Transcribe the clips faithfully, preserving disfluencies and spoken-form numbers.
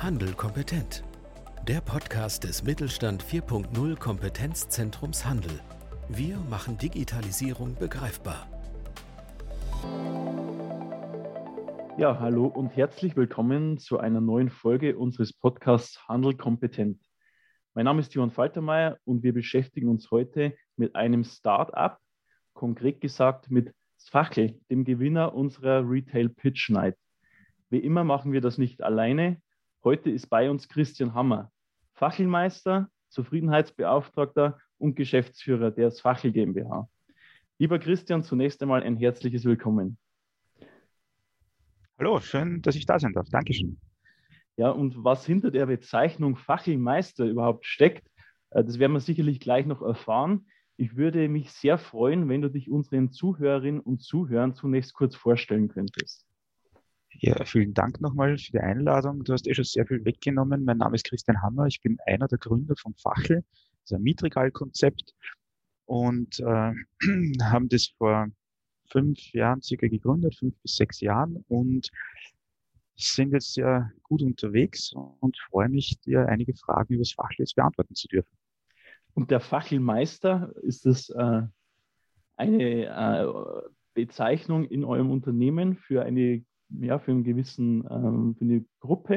Handel kompetent. Der Podcast des Mittelstand vier Punkt null Kompetenzzentrums Handel. Wir machen Digitalisierung begreifbar. Ja, hallo und herzlich willkommen zu einer neuen Folge unseres Podcasts Handel kompetent. Mein Name ist Johann Faltermeier und wir beschäftigen uns heute mit einem Start-up, konkret gesagt mit Sfachel, dem Gewinner unserer Retail Pitch Night. Wie immer machen wir das nicht alleine. Heute ist bei uns Christian Hammer, Fachelmeister, Zufriedenheitsbeauftragter und Geschäftsführer der Sfachel GmbH. Lieber Christian, zunächst einmal ein herzliches Willkommen. Hallo, schön, dass ich da sein darf. Dankeschön. Ja, und was hinter der Bezeichnung Fachelmeister überhaupt steckt, das werden wir sicherlich gleich noch erfahren. Ich würde mich sehr freuen, wenn du dich unseren Zuhörerinnen und Zuhörern zunächst kurz vorstellen könntest. Ja, vielen Dank nochmal für die Einladung. Du hast eh schon sehr viel weggenommen. Mein Name ist Christian Hammer. Ich bin einer der Gründer von Fachel, das ist ein Mietregal-Konzept, und äh, haben das vor fünf Jahren circa gegründet, fünf bis sechs Jahren, und sind jetzt sehr gut unterwegs und freue mich, dir einige Fragen über das Fachel jetzt beantworten zu dürfen. Und der Fachelmeister, ist das äh, eine äh, Bezeichnung in eurem Unternehmen für eine, ja, für einen gewissen, ähm, für eine Gruppe?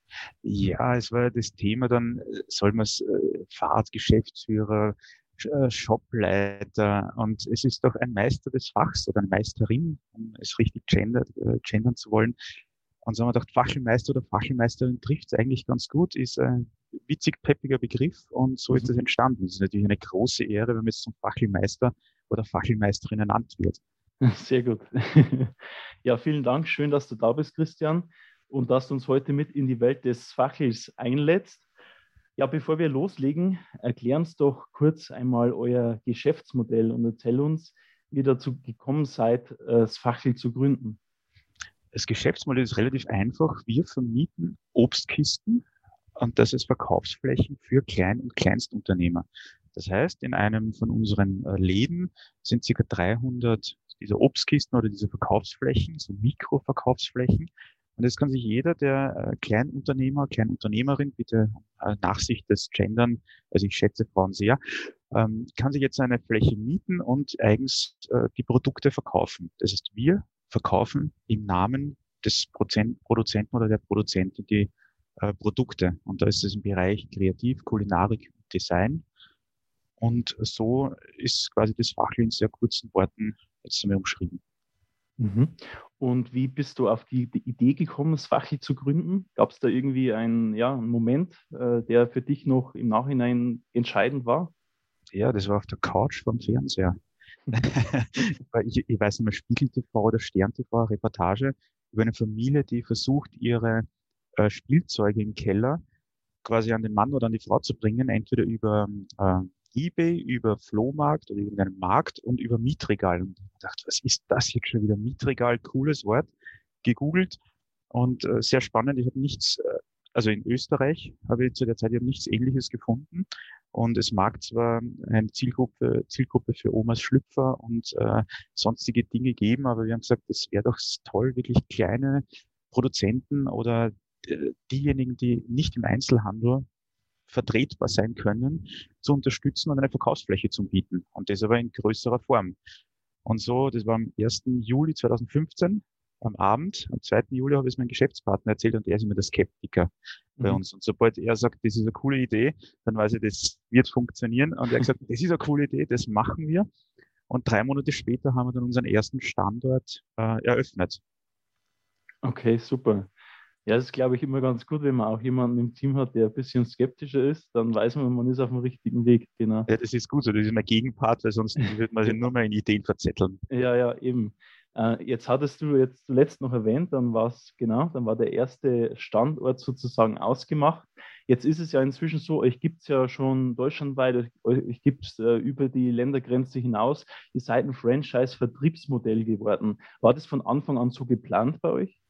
Ja, es war ja das Thema dann, soll man es äh, Fahrtgeschäftsführer, äh, Shopleiter, und es ist doch ein Meister des Fachs oder eine Meisterin, um es richtig gender, äh, gendern zu wollen. Und so haben wir gedacht, Fachelmeister oder Fachelmeisterin trifft es eigentlich ganz gut, ist ein witzig peppiger Begriff, und so ist das entstanden. Es ist natürlich eine große Ehre, wenn man jetzt zum Fachelmeister oder Fachelmeisterin ernannt wird. Sehr gut. Ja, vielen Dank. Schön, dass du da bist, Christian, und dass du uns heute mit in die Welt des Fachels einlädst. Ja, bevor wir loslegen, erklär uns doch kurz einmal euer Geschäftsmodell und erzähl uns, wie ihr dazu gekommen seid, das Fachel zu gründen. Das Geschäftsmodell ist relativ einfach. Wir vermieten Obstkisten, und das ist Verkaufsflächen für Klein- und Kleinstunternehmer. Das heißt, in einem von unseren Läden sind ca. dreihundert dieser Obstkisten oder diese Verkaufsflächen, so Mikroverkaufsflächen. Und jetzt kann sich jeder, der Kleinunternehmer, Kleinunternehmerin, bitte Nachsicht des Gendern, also ich schätze Frauen sehr, kann sich jetzt eine Fläche mieten und eigens die Produkte verkaufen. Das heißt, wir verkaufen im Namen des Prozent Produzenten oder der Produzentin die äh, Produkte. Und da ist es im Bereich Kreativ, Kulinarik und Design. Und so ist quasi das Fachel in sehr kurzen Worten jetzt einmal umschrieben. Mhm. Und wie bist du auf die, die Idee gekommen, das Fachel zu gründen? Gab es da irgendwie einen, ja, einen Moment, äh, der für dich noch im Nachhinein entscheidend war? Ja, das war auf der Couch vom Fernseher. ich, ich weiß nicht mehr, Spiegel T V oder Stern T V, Reportage über eine Familie, die versucht, ihre äh, Spielzeuge im Keller quasi an den Mann oder an die Frau zu bringen, entweder über äh, eBay, über Flohmarkt oder irgendeinen Markt und über Mietregal. Und ich dachte, was ist das jetzt schon wieder? Mietregal, cooles Wort. Gegoogelt und äh, sehr spannend. Ich habe nichts, äh, also in Österreich habe ich zu der Zeit ja nichts Ähnliches gefunden. Und es mag zwar eine Zielgruppe, Zielgruppe für Omas Schlüpfer und äh, sonstige Dinge geben, aber wir haben gesagt, es wäre doch toll, wirklich kleine Produzenten oder äh, diejenigen, die nicht im Einzelhandel vertretbar sein können, zu unterstützen und eine Verkaufsfläche zu bieten. Und das aber in größerer Form. Und so, das war am ersten Juli zweitausendfünfzehn, am Abend, am zweiten Juli habe ich es meinem Geschäftspartner erzählt, und er ist immer der Skeptiker mhm. bei uns. Und sobald er sagt, das ist eine coole Idee, dann weiß ich, das wird funktionieren. Und er hat gesagt, das ist eine coole Idee, das machen wir. Und drei Monate später haben wir dann unseren ersten Standort äh, eröffnet. Okay, super. Ja, das ist, glaube ich, immer ganz gut, wenn man auch jemanden im Team hat, der ein bisschen skeptischer ist, dann weiß man, man ist auf dem richtigen Weg. Genau. Ja, das ist gut so, das ist mein Gegenpart, weil sonst würde man sich nur mal in Ideen verzetteln. Ja, ja, eben. Äh, jetzt hattest du jetzt zuletzt noch erwähnt, dann war es, genau, dann war der erste Standort sozusagen ausgemacht. Jetzt ist es ja inzwischen so, euch gibt es ja schon deutschlandweit, euch gibt es äh, über die Ländergrenze hinaus. Ihr seid ein Franchise-Vertriebsmodell geworden. War das von Anfang an so geplant bei euch?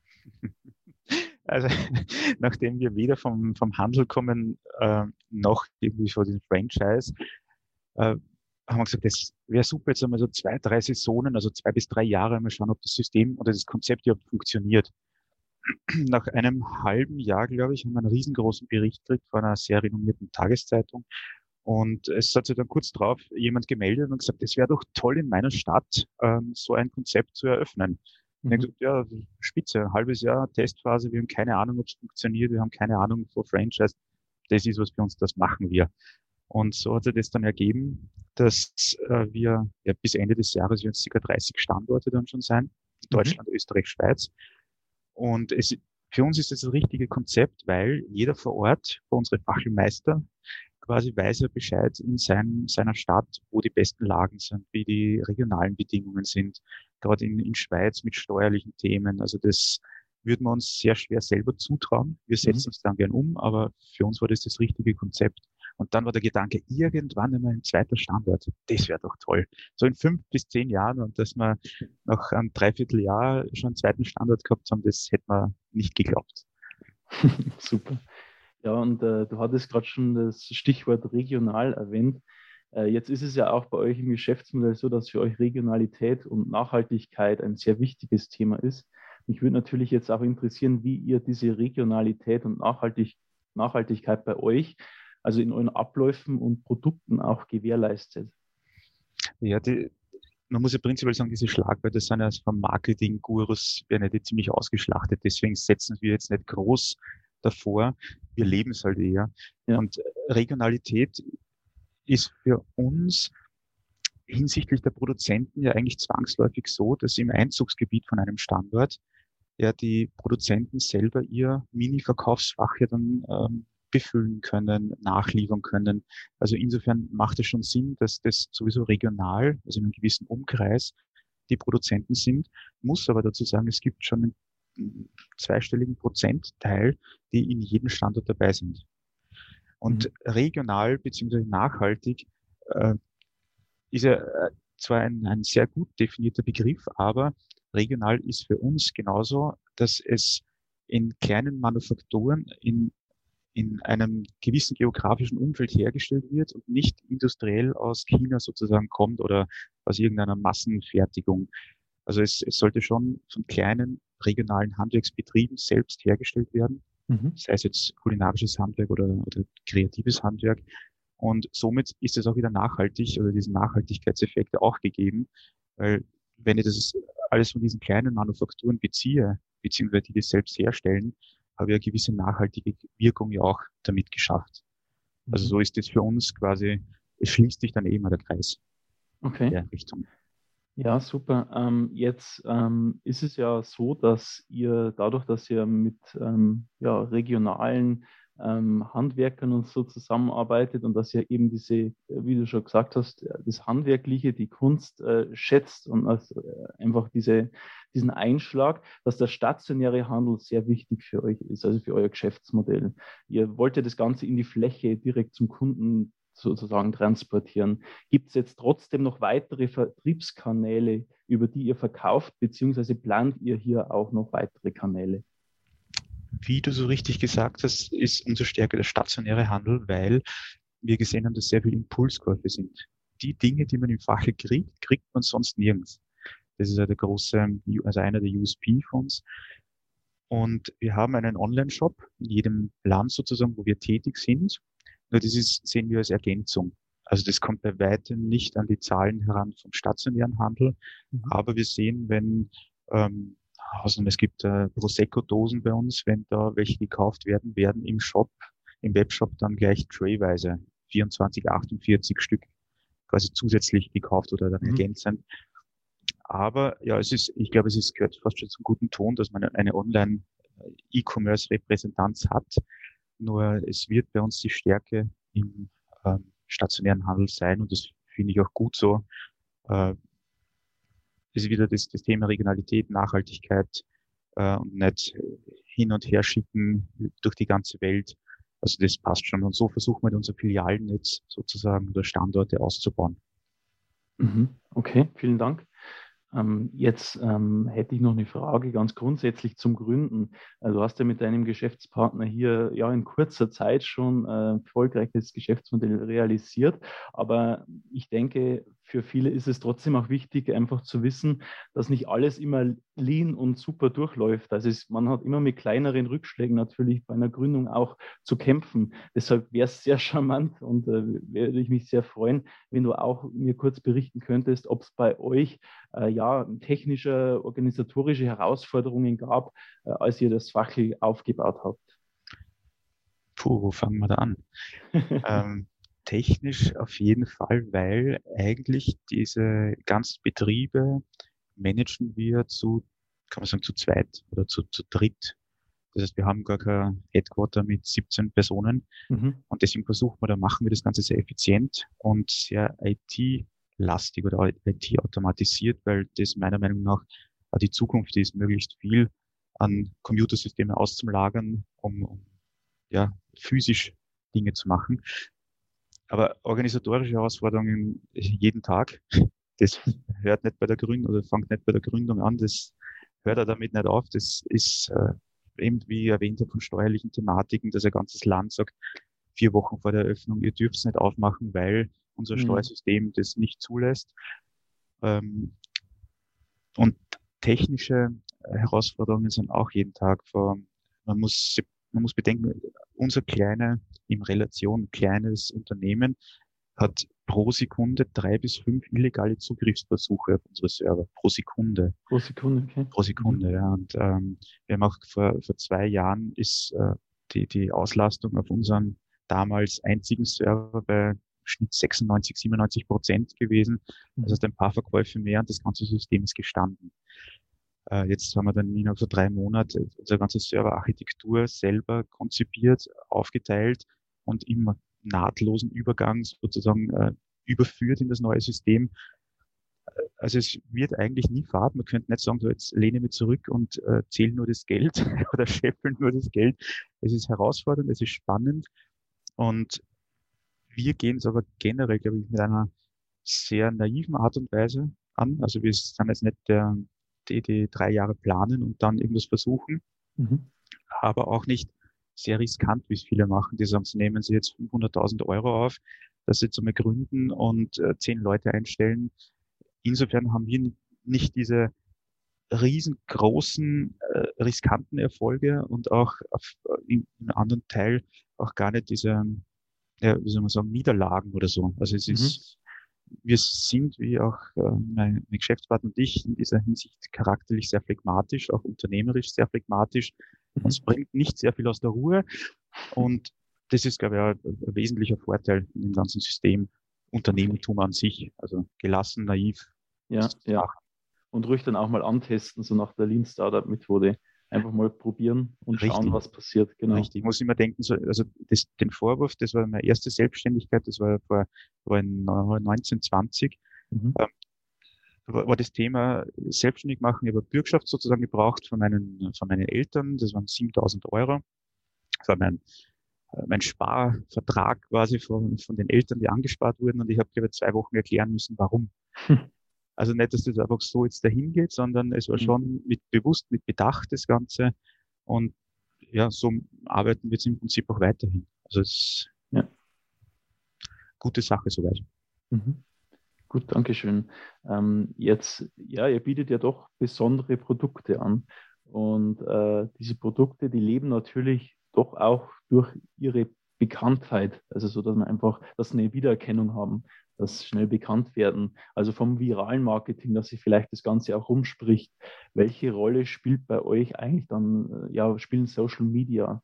Also, nachdem wir weder vom, vom Handel kommen, äh, noch irgendwie von diesem Franchise, äh, haben wir gesagt, das wäre super, jetzt einmal so zwei, drei Saisonen, also zwei bis drei Jahre mal schauen, ob das System oder das Konzept überhaupt funktioniert. nach einem halben Jahr, glaube ich, haben wir einen riesengroßen Bericht gekriegt von einer sehr renommierten Tageszeitung. Und es hat sich dann kurz drauf jemand gemeldet und gesagt, es wäre doch toll in meiner Stadt, ähm, so ein Konzept zu eröffnen. Und ich habe Mhm. gesagt, ja, spitze, ein halbes Jahr Testphase, wir haben keine Ahnung, ob es funktioniert, wir haben keine Ahnung vor Franchise. Das ist was für uns, das machen wir. Und so hat sich das dann ergeben, dass äh, wir ja, bis Ende des Jahres werden es ca. dreißig Standorte dann schon sein. Mhm. Deutschland, Österreich, Schweiz. Und es, für uns ist das das richtige Konzept, weil jeder vor Ort, für unsere Fachelmeister, quasi weiß er Bescheid in sein, seiner Stadt, wo die besten Lagen sind, wie die regionalen Bedingungen sind, gerade in, in Schweiz mit steuerlichen Themen. Also das würden wir uns sehr schwer selber zutrauen. Wir Mhm. setzen es dann gern um, aber für uns war das das richtige Konzept. Und dann war der Gedanke, irgendwann einmal ein zweiter Standort. Das wäre doch toll. So in fünf bis zehn Jahren und dass wir nach einem Dreivierteljahr schon einen zweiten Standort gehabt haben, das hätte man nicht geglaubt. Super. Ja, und äh, du hattest gerade schon das Stichwort regional erwähnt. Äh, jetzt ist es ja auch bei euch im Geschäftsmodell so, dass für euch Regionalität und Nachhaltigkeit ein sehr wichtiges Thema ist. Mich würde natürlich jetzt auch interessieren, wie ihr diese Regionalität und Nachhaltig Nachhaltigkeit bei euch, also in euren Abläufen und Produkten auch gewährleistet. Ja, die, man muss ja prinzipiell sagen, diese Schlagwörter sind ja vom Marketing-Gurus, werden ja die ziemlich ausgeschlachtet. Deswegen setzen wir jetzt nicht groß davor. Wir leben es halt eher. Ja. Und Regionalität ist für uns hinsichtlich der Produzenten ja eigentlich zwangsläufig so, dass im Einzugsgebiet von einem Standort ja die Produzenten selber ihr Mini-Verkaufsfach ja dann ähm, befüllen können, nachliefern können. Also insofern macht es schon Sinn, dass das sowieso regional, also in einem gewissen Umkreis, die Produzenten sind. Muss aber dazu sagen, es gibt schon einen zweistelligen Prozentteil, die in jedem Standort dabei sind. Mhm. Und regional beziehungsweise nachhaltig äh, ist ja äh, zwar ein, ein sehr gut definierter Begriff, aber regional ist für uns genauso, dass es in kleinen Manufakturen in, in einem gewissen geografischen Umfeld hergestellt wird und nicht industriell aus China sozusagen kommt oder aus irgendeiner Massenfertigung. Also es, es sollte schon von kleinen regionalen Handwerksbetrieben selbst hergestellt werden, Mhm. sei es jetzt kulinarisches Handwerk oder, oder kreatives Handwerk. Und somit ist es auch wieder nachhaltig oder diesen Nachhaltigkeitseffekt auch gegeben, weil wenn ich das alles von diesen kleinen Manufakturen beziehe, beziehungsweise die das selbst herstellen, habe ich eine gewisse nachhaltige Wirkung ja auch damit geschafft. Also Mhm. so ist es für uns quasi, es schließt sich dann eben der Kreis in Okay. der Richtung. Ja, super. Ähm, jetzt ähm, ist es ja so, dass ihr dadurch, dass ihr mit ähm, ja, regionalen ähm, Handwerkern und so zusammenarbeitet und dass ihr eben diese, äh, wie du schon gesagt hast, äh, das Handwerkliche, die Kunst äh, schätzt und also, äh, einfach diese, diesen Einschlag, dass der stationäre Handel sehr wichtig für euch ist, also für euer Geschäftsmodell. Ihr wollt ja das Ganze in die Fläche direkt zum Kunden sozusagen transportieren. Gibt es jetzt trotzdem noch weitere Vertriebskanäle, über die ihr verkauft, beziehungsweise plant ihr hier auch noch weitere Kanäle? Wie du so richtig gesagt hast, ist unsere Stärke der stationäre Handel, weil wir gesehen haben, dass sehr viele Impulskäufe sind. Die Dinge, die man im Fache kriegt, kriegt man sonst nirgends. Das ist ja der große, also einer der U S P von uns. Und wir haben einen Online-Shop in jedem Land sozusagen, wo wir tätig sind. Nur das ist, sehen wir als Ergänzung. Also das kommt bei weitem nicht an die Zahlen heran vom stationären Handel. Mhm. Aber wir sehen, wenn, ähm, also es gibt äh, Prosecco-Dosen bei uns, wenn da welche gekauft werden, werden im Shop, im Webshop dann gleich trayweise vierundzwanzig, achtundvierzig Stück quasi zusätzlich gekauft oder dann Mhm. ergänzend. Aber ja, es ist, ich glaube, es ist, gehört fast schon zum guten Ton, dass man eine Online-E-Commerce-Repräsentanz hat. Nur es wird bei uns die Stärke im ähm, stationären Handel sein und das finde ich auch gut so. Äh, ist wieder das, das Thema Regionalität, Nachhaltigkeit äh, und nicht hin und her schicken durch die ganze Welt. Also das passt schon. Und so versuchen wir unser Filialnetz sozusagen oder Standorte auszubauen. Mhm. Okay, vielen Dank. Ähm, jetzt ähm, hätte ich noch eine Frage ganz grundsätzlich zum Gründen. Also du hast ja mit deinem Geschäftspartner hier ja in kurzer Zeit schon äh, erfolgreiches Geschäftsmodell realisiert. Aber ich denke, für viele ist es trotzdem auch wichtig, einfach zu wissen, dass nicht alles immer lean und super durchläuft. Also es, man hat immer mit kleineren Rückschlägen natürlich bei einer Gründung auch zu kämpfen. Deshalb wäre es sehr charmant und äh, würde ich mich sehr freuen, wenn du auch mir kurz berichten könntest, ob es bei euch äh, ja technische, organisatorische Herausforderungen gab, äh, als ihr das Fackel aufgebaut habt. Puh, wo fangen wir da an? ähm, technisch auf jeden Fall, weil eigentlich diese ganzen Betriebe managen wir zu, kann man sagen, zu zweit oder zu, zu dritt. Das heißt, wir haben gar kein Headquarter mit siebzehn Personen Mhm. und deswegen versuchen wir, da machen wir das Ganze sehr effizient und sehr I T-lastig oder I T-automatisiert, weil das meiner Meinung nach auch die Zukunft ist, möglichst viel an Computersysteme auszulagern, um, um ja, physisch Dinge zu machen. Aber organisatorische Herausforderungen jeden Tag, das hört nicht bei der Gründung oder fängt nicht bei der Gründung an, das hört er damit nicht auf. Das ist äh, eben, wie erwähnt, von steuerlichen Thematiken, dass ein ganzes Land sagt, vier Wochen vor der Eröffnung, ihr dürft es nicht aufmachen, weil unser Mhm. Steuersystem das nicht zulässt. Ähm, und technische Herausforderungen sind auch jeden Tag vor, man muss Man muss bedenken, unser kleine, in Relation kleines Unternehmen hat pro Sekunde drei bis fünf illegale Zugriffsversuche auf unsere Server. Pro Sekunde. Pro Sekunde, okay. Pro Sekunde, Mhm. ja. Und ähm, wir haben auch vor, vor zwei Jahren ist äh, die, die Auslastung auf unserem damals einzigen Server bei Schnitt sechsundneunzig, siebenundneunzig Prozent gewesen. Das heißt, ein paar Verkäufe mehr und das ganze System ist gestanden. Uh, jetzt haben wir dann innerhalb von drei Monaten unsere ganze Serverarchitektur selber konzipiert, aufgeteilt und im nahtlosen Übergang sozusagen uh, überführt in das neue System. Also es wird eigentlich nie Fahrt. Man könnte nicht sagen, so jetzt lehne mich zurück und uh, zähle nur das Geld oder scheffeln nur das Geld. Es ist herausfordernd, es ist spannend und wir gehen es aber generell, glaube ich, mit einer sehr naiven Art und Weise an. Also wir sind jetzt nicht der die, die drei Jahre planen und dann irgendwas versuchen, Mhm. aber auch nicht sehr riskant, wie es viele machen. Die sagen, sie nehmen sie jetzt fünfhunderttausend Euro auf, dass sie zum gründen und äh, zehn Leute einstellen. Insofern haben wir nicht diese riesengroßen, äh, riskanten Erfolge und auch auf, in, in einem anderen Teil auch gar nicht diese, ja, wie soll man sagen, Niederlagen oder so. Also es Mhm. ist, wir sind, wie auch äh, mein, mein Geschäftspartner und ich, in dieser Hinsicht charakterlich sehr phlegmatisch, auch unternehmerisch sehr phlegmatisch. Mhm. Uns bringt nicht sehr viel aus der Ruhe. Und das ist, glaube ich, ein, ein wesentlicher Vorteil in dem ganzen System Unternehmertum an sich. Also gelassen, naiv. Ja, ja. Und ruhig dann auch mal antesten, so nach der Lean Startup Methode. Einfach mal probieren und Richtig. Schauen, was passiert. Genau. Richtig. Ich muss immer denken, so, also das, den Vorwurf, das war meine erste Selbstständigkeit, das war vor war in neunzehn zwanzig, Mhm. ähm, war, war das Thema selbstständig machen. Ich habe Bürgschaft sozusagen gebraucht von meinen, von meinen Eltern, das waren siebentausend Euro. Das war mein, mein Sparvertrag quasi von, von den Eltern, die angespart wurden, und ich habe, glaube ich, zwei Wochen erklären müssen, warum. Hm. Also nicht, dass das einfach so jetzt dahin geht, sondern es war schon mit bewusst, mit Bedacht das Ganze. Und ja, so arbeiten wir jetzt im Prinzip auch weiterhin. Also es ist Ja. eine gute Sache soweit. Mhm. Gut, danke schön. Ähm, jetzt, ja, ihr bietet ja doch besondere Produkte an. Und äh, diese Produkte, die leben natürlich doch auch durch ihre Bekanntheit. Also so, dass man einfach, dass sie eine Wiedererkennung haben, dass sie schnell bekannt werden. Also vom viralen Marketing, dass sich vielleicht das Ganze auch rumspricht. Welche Rolle spielt bei euch eigentlich dann, äh, ja, spielen Social Media?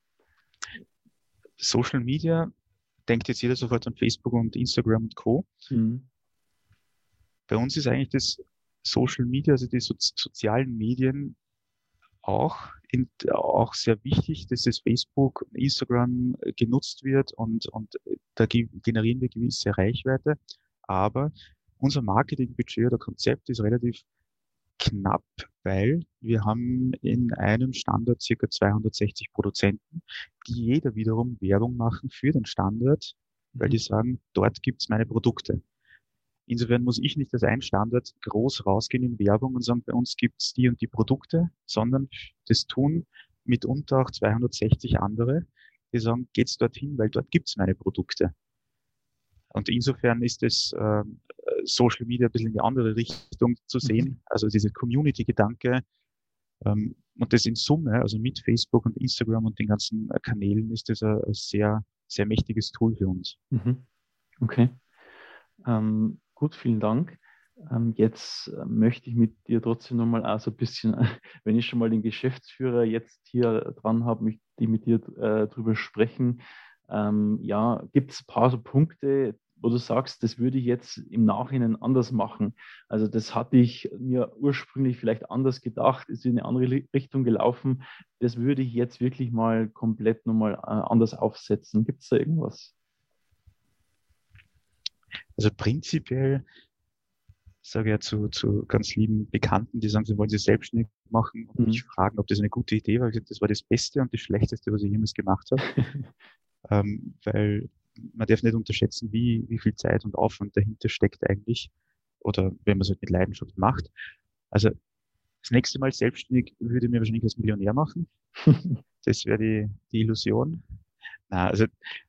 Social Media, denkt jetzt jeder sofort an Facebook und Instagram und Co. Mhm. Bei uns ist eigentlich das Social Media, also die so sozialen Medien, auch, in, auch sehr wichtig, dass das Facebook und Instagram genutzt wird und, und da generieren wir gewisse Reichweite. Aber unser Marketingbudget oder Konzept ist relativ knapp, weil wir haben in einem Standort circa zweihundertsechzig Produzenten, die jeder wiederum Werbung machen für den Standort, weil die sagen, dort gibt's meine Produkte. Insofern muss ich nicht als ein Standort groß rausgehen in Werbung und sagen, bei uns gibt's die und die Produkte, sondern das tun mitunter auch zweihundertsechzig andere, die sagen, geht's dorthin, weil dort gibt's meine Produkte. Und insofern ist es äh, Social Media ein bisschen in die andere Richtung zu sehen. Mhm. Also diese Community-Gedanke. Ähm, und das in Summe, also mit Facebook und Instagram und den ganzen äh, Kanälen, ist das ein, ein sehr, sehr mächtiges Tool für uns. Mhm. Okay. Ähm, gut, vielen Dank. Ähm, jetzt äh, möchte ich mit dir trotzdem nochmal auch so ein bisschen, wenn ich schon mal den Geschäftsführer jetzt hier dran habe, möchte ich mit dir äh, drüber sprechen. Ähm, ja, gibt es ein paar so Punkte, wo du sagst, das würde ich jetzt im Nachhinein anders machen? Also das hatte ich mir ursprünglich vielleicht anders gedacht, ist in eine andere Richtung gelaufen. Das würde ich jetzt wirklich mal komplett nochmal äh, anders aufsetzen. Gibt es da irgendwas? Also prinzipiell sage ich ja zu, zu ganz lieben Bekannten, die sagen, sie wollen sich selbstständig machen und mhm. mich fragen, ob das eine gute Idee war. Ich habe gesagt, das war das Beste und das Schlechteste, was ich jemals gemacht habe. ähm, weil man darf nicht unterschätzen, wie, wie viel Zeit und Aufwand dahinter steckt eigentlich. Oder wenn man es halt mit Leidenschaft macht. Also das nächste Mal selbstständig würde ich mir wahrscheinlich als Millionär machen. Das wäre die, die Illusion. Na, also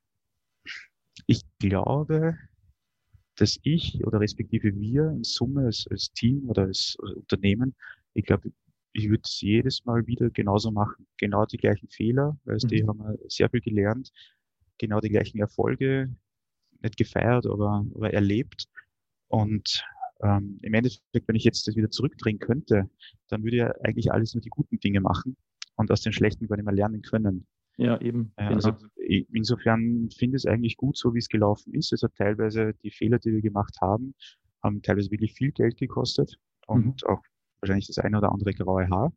ich glaube, dass ich oder respektive wir in Summe als, als Team oder als, als Unternehmen, ich glaube, ich würde es jedes Mal wieder genauso machen. Genau die gleichen Fehler, weil mhm. die haben wir sehr viel gelernt, genau die gleichen Erfolge, nicht gefeiert, aber, aber erlebt. Und ähm, im Endeffekt, wenn ich jetzt das wieder zurückdrehen könnte, dann würde ja eigentlich alles nur die guten Dinge machen und aus den schlechten gar nicht mehr lernen können. Ja, eben. Genau. Also insofern finde ich es eigentlich gut, so wie es gelaufen ist. Es hat teilweise die Fehler, die wir gemacht haben, haben teilweise wirklich viel Geld gekostet und mhm. auch wahrscheinlich das eine oder andere graue Haar.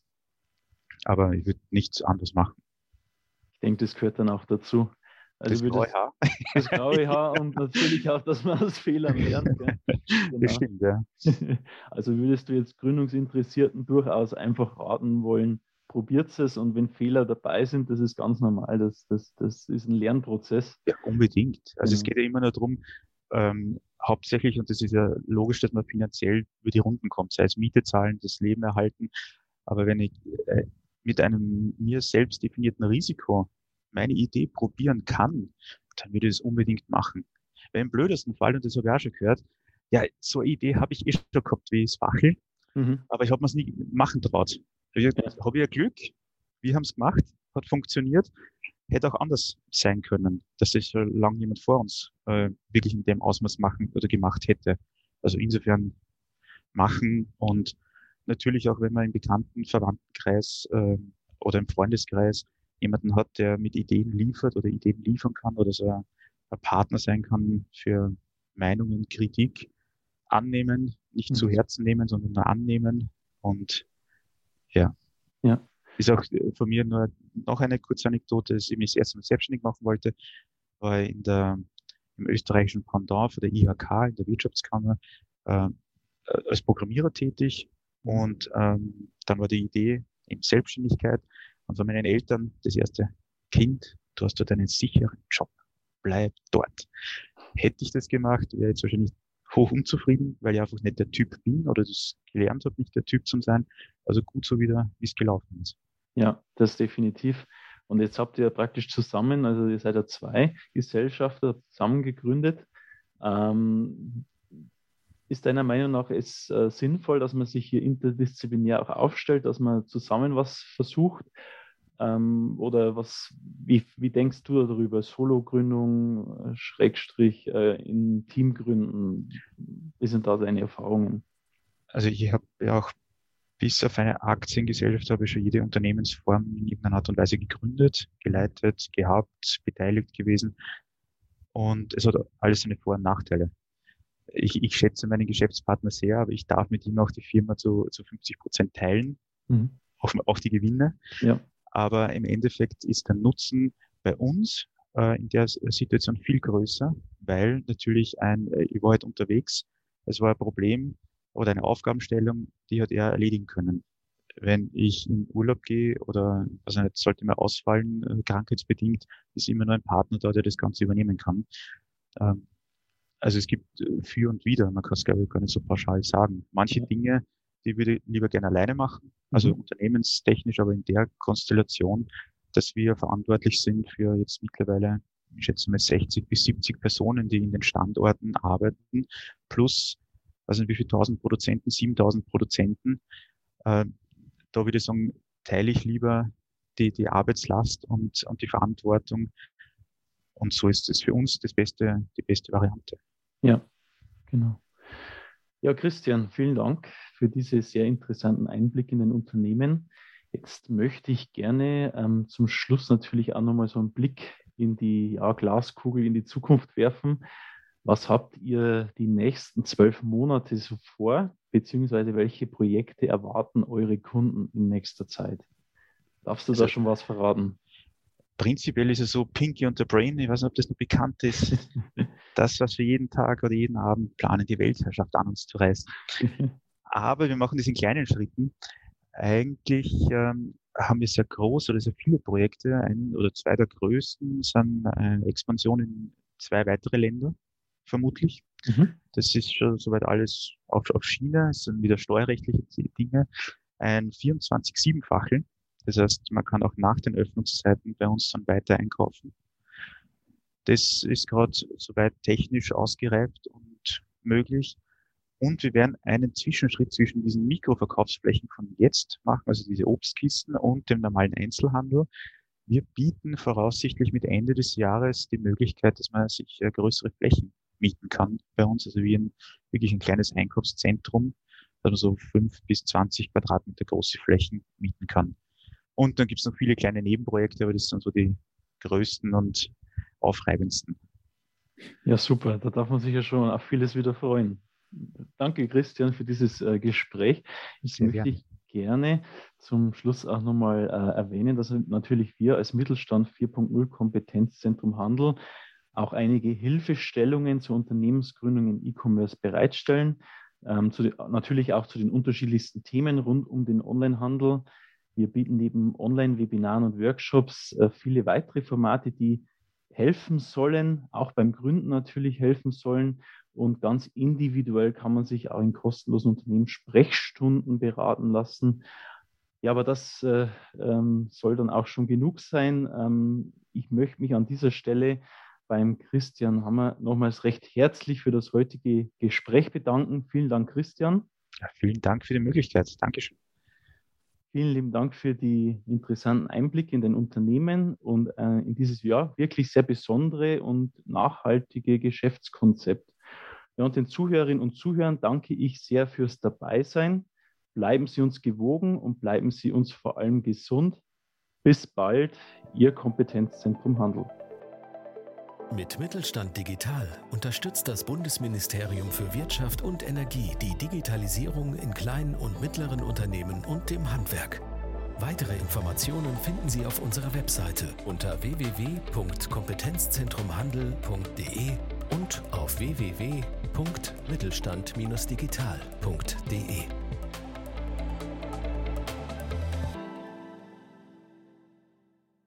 Aber ich würde nichts anderes machen. Ich denke, das gehört dann auch dazu. Also das graue Haar. Das graue Haar und natürlich auch, dass man aus Fehlern lernt. Gell? Genau. Das stimmt, ja. Also würdest du jetzt Gründungsinteressierten durchaus einfach raten wollen, probiert es und wenn Fehler dabei sind, das ist ganz normal, das, das, das ist ein Lernprozess. Ja, unbedingt. Also genau. Es geht ja immer nur darum, ähm, hauptsächlich, und das ist ja logisch, dass man finanziell über die Runden kommt, sei es Miete zahlen, das Leben erhalten, aber wenn ich äh, mit einem mir selbst definierten Risiko meine Idee probieren kann, dann würde ich es unbedingt machen. Weil im blödesten Fall, und das habe ich auch schon gehört, ja, so eine Idee habe ich eh schon gehabt wie das Wachel, mhm. aber ich habe mir es nie machen traut. Ich ja. habe ja Glück, wir haben es gemacht, hat funktioniert, hätte auch anders sein können, dass das schon lange jemand vor uns äh, wirklich in dem Ausmaß machen oder gemacht hätte. Also insofern machen und natürlich auch, wenn man im bekannten Verwandtenkreis äh, oder im Freundeskreis jemanden hat, der mit Ideen liefert oder Ideen liefern kann oder so ein, ein Partner sein kann für Meinungen, Kritik, annehmen, nicht mhm. zu Herzen nehmen, sondern nur annehmen und ja. ja. Ist auch von mir nur noch eine kurze Anekdote, dass ich mich das erste Mal selbstständig machen wollte, war in der, im österreichischen Pendant für der I H K, in der Wirtschaftskammer, äh, als Programmierer tätig und ähm, dann war die Idee in Selbstständigkeit und von meinen Eltern das erste Kind, du hast dort einen sicheren Job, bleib dort. Hätte ich das gemacht, wäre ich jetzt wahrscheinlich hoch unzufrieden, weil ich einfach nicht der Typ bin oder das gelernt habe, nicht der Typ zu sein. Also gut so wieder, wie es gelaufen ist. Ja, das definitiv. Und jetzt habt ihr praktisch zusammen, also ihr seid ja zwei Gesellschafter zusammen gegründet. Ähm, ist deiner Meinung nach es äh, sinnvoll, dass man sich hier interdisziplinär auch aufstellt, dass man zusammen was versucht? Ähm, oder was, wie, wie denkst du darüber? Solo-Gründung, äh, Schrägstrich, äh, in Teamgründen? Wie sind da deine Erfahrungen? Also ich habe ja auch bis auf eine Aktiengesellschaft habe ich schon jede Unternehmensform in irgendeiner Art und Weise gegründet, geleitet, gehabt, beteiligt gewesen. Und es hat alles seine Vor- und Nachteile. Ich, ich schätze meinen Geschäftspartner sehr, aber ich darf mit ihm auch die Firma zu, zu fünfzig Prozent teilen, mhm. auch, auch die Gewinne. Ja. Aber im Endeffekt ist der Nutzen bei uns äh, in der Situation viel größer, weil natürlich ein, äh, ich war halt unterwegs, es war ein Problem oder eine Aufgabenstellung, die hat er erledigen können. Wenn ich in Urlaub gehe oder also nicht, sollte mir ausfallen, äh, krankheitsbedingt, ist immer nur ein Partner da, der das Ganze übernehmen kann. Ähm, also es gibt äh, für und wider, man kann es glaube ich gar nicht so pauschal sagen. Manche Dinge, die würde ich lieber gerne alleine machen, also mhm. unternehmenstechnisch, aber in der Konstellation, dass wir verantwortlich sind für jetzt mittlerweile ich schätze mal sechzig bis siebzig Personen, die in den Standorten arbeiten, plus, also wie viele tausend Produzenten, siebentausend Produzenten. Äh, da würde ich sagen, teile ich lieber die, die Arbeitslast und, und die Verantwortung. Und so ist es für uns das beste, die beste Variante. Ja, genau. Ja, Christian, vielen Dank für diese sehr interessanten Einblicke in den Unternehmen. Jetzt möchte ich gerne ähm, zum Schluss natürlich auch nochmal so einen Blick in die ja, Glaskugel, in die Zukunft werfen. Was habt ihr die nächsten zwölf Monate so vor, beziehungsweise welche Projekte erwarten eure Kunden in nächster Zeit? Darfst du also, da schon was verraten? Prinzipiell ist es so, Pinky und the Brain, ich weiß nicht, ob das noch bekannt ist, das, was wir jeden Tag oder jeden Abend planen, die Weltherrschaft an uns zu reißen. Aber wir machen das in kleinen Schritten. Eigentlich ähm, haben wir sehr groß oder sehr viele Projekte. Ein oder zwei der größten sind eine Expansion in zwei weitere Länder, vermutlich. Mhm. Das ist schon soweit alles auf, auf Schiene. Es sind wieder steuerrechtliche Dinge. Ein vierundzwanzig sieben-Fachel. Das heißt, man kann auch nach den Öffnungszeiten bei uns dann weiter einkaufen. Das ist gerade soweit technisch ausgereift und möglich. Und wir werden einen Zwischenschritt zwischen diesen Mikroverkaufsflächen von jetzt machen, also diese Obstkisten und dem normalen Einzelhandel. Wir bieten voraussichtlich mit Ende des Jahres die Möglichkeit, dass man sich größere Flächen mieten kann bei uns, also wie ein wirklich ein kleines Einkaufszentrum, dass man so fünf bis zwanzig Quadratmeter große Flächen mieten kann. Und dann gibt es noch viele kleine Nebenprojekte, aber das sind so die größten und aufreibendsten. Ja, super. Da darf man sich ja schon auf vieles wieder freuen. Danke, Christian, für dieses äh, Gespräch. Jetzt Sehr möchte gern. ich gerne zum Schluss auch nochmal äh, erwähnen, dass natürlich wir als Mittelstand vier Punkt null Kompetenzzentrum Handel auch einige Hilfestellungen zur Unternehmensgründung im E-Commerce bereitstellen. Ähm, zu den, natürlich auch zu den unterschiedlichsten Themen rund um den Onlinehandel. Wir bieten neben Online-Webinaren und Workshops äh, viele weitere Formate, die helfen sollen, auch beim Gründen natürlich helfen sollen. Und ganz individuell kann man sich auch in kostenlosen Unternehmen Sprechstunden beraten lassen. Ja, aber das äh, ähm, soll dann auch schon genug sein. Ähm, ich möchte mich an dieser Stelle beim Christian Hammer nochmals recht herzlich für das heutige Gespräch bedanken. Vielen Dank, Christian. Ja, vielen Dank für die Möglichkeit. Dankeschön. Vielen lieben Dank für die interessanten Einblicke in den Unternehmen und äh, in dieses Jahr wirklich sehr besondere und nachhaltige Geschäftskonzept. Ja, und den Zuhörerinnen und Zuhörern danke ich sehr fürs Dabeisein. Bleiben Sie uns gewogen und bleiben Sie uns vor allem gesund. Bis bald, Ihr Kompetenzzentrum Handel. Mit Mittelstand Digital unterstützt das Bundesministerium für Wirtschaft und Energie die Digitalisierung in kleinen und mittleren Unternehmen und dem Handwerk. Weitere Informationen finden Sie auf unserer Webseite unter w w w punkt kompetenzzentrumhandel punkt d e und auf w w w punkt mittelstand digital punkt d e.